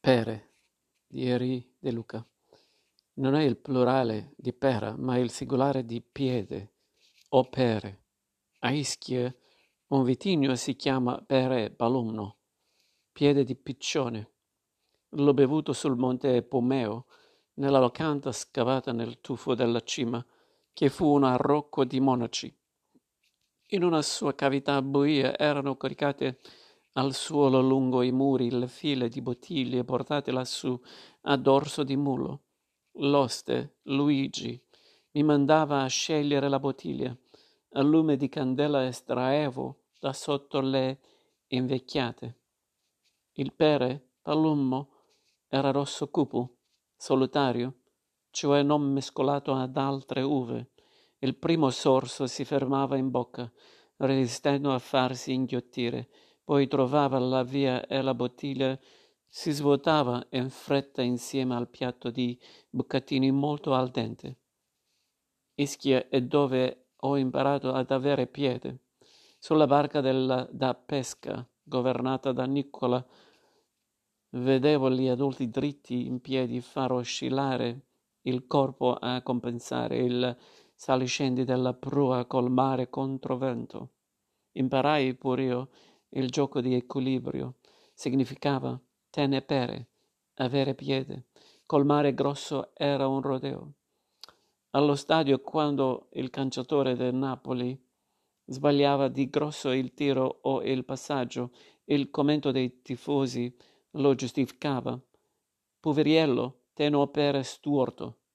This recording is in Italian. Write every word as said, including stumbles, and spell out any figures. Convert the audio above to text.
Pere di Henri De Luca. Non è il plurale di pera, ma il singolare di piede o pere. A Ischia un vitigno si chiama Pere Palumno, piede di piccione. L'ho bevuto sul monte Pomeo, nella locanda scavata nel tufo della cima, che fu un arrocco di monaci. In una sua cavità buia erano caricate al suolo lungo i muri le file di bottiglie portate lassù a dorso di mulo. L'oste, Luigi, mi mandava a scegliere la bottiglia. A lume di candela estraevo da sotto le invecchiate. Il pere, Palummo, era rosso cupo, solitario, cioè non mescolato ad altre uve. Il primo sorso si fermava in bocca, resistendo a farsi inghiottire, poi trovava la via e la bottiglia si svuotava in fretta insieme al piatto di bucatini molto al dente. Ischia è dove ho imparato ad avere piede. Sulla barca della, da pesca, governata da Nicola, vedevo gli adulti dritti in piedi far oscillare il corpo a compensare il saliscendi della prua col mare contro vento. Imparai pur io il gioco di equilibrio. Significava tenere, avere piede. Col mare grosso era un rodeo. Allo stadio, quando il calciatore del Napoli sbagliava di grosso il tiro o il passaggio, il commento dei tifosi lo giustificava. Poveriello, te no pere stuorto.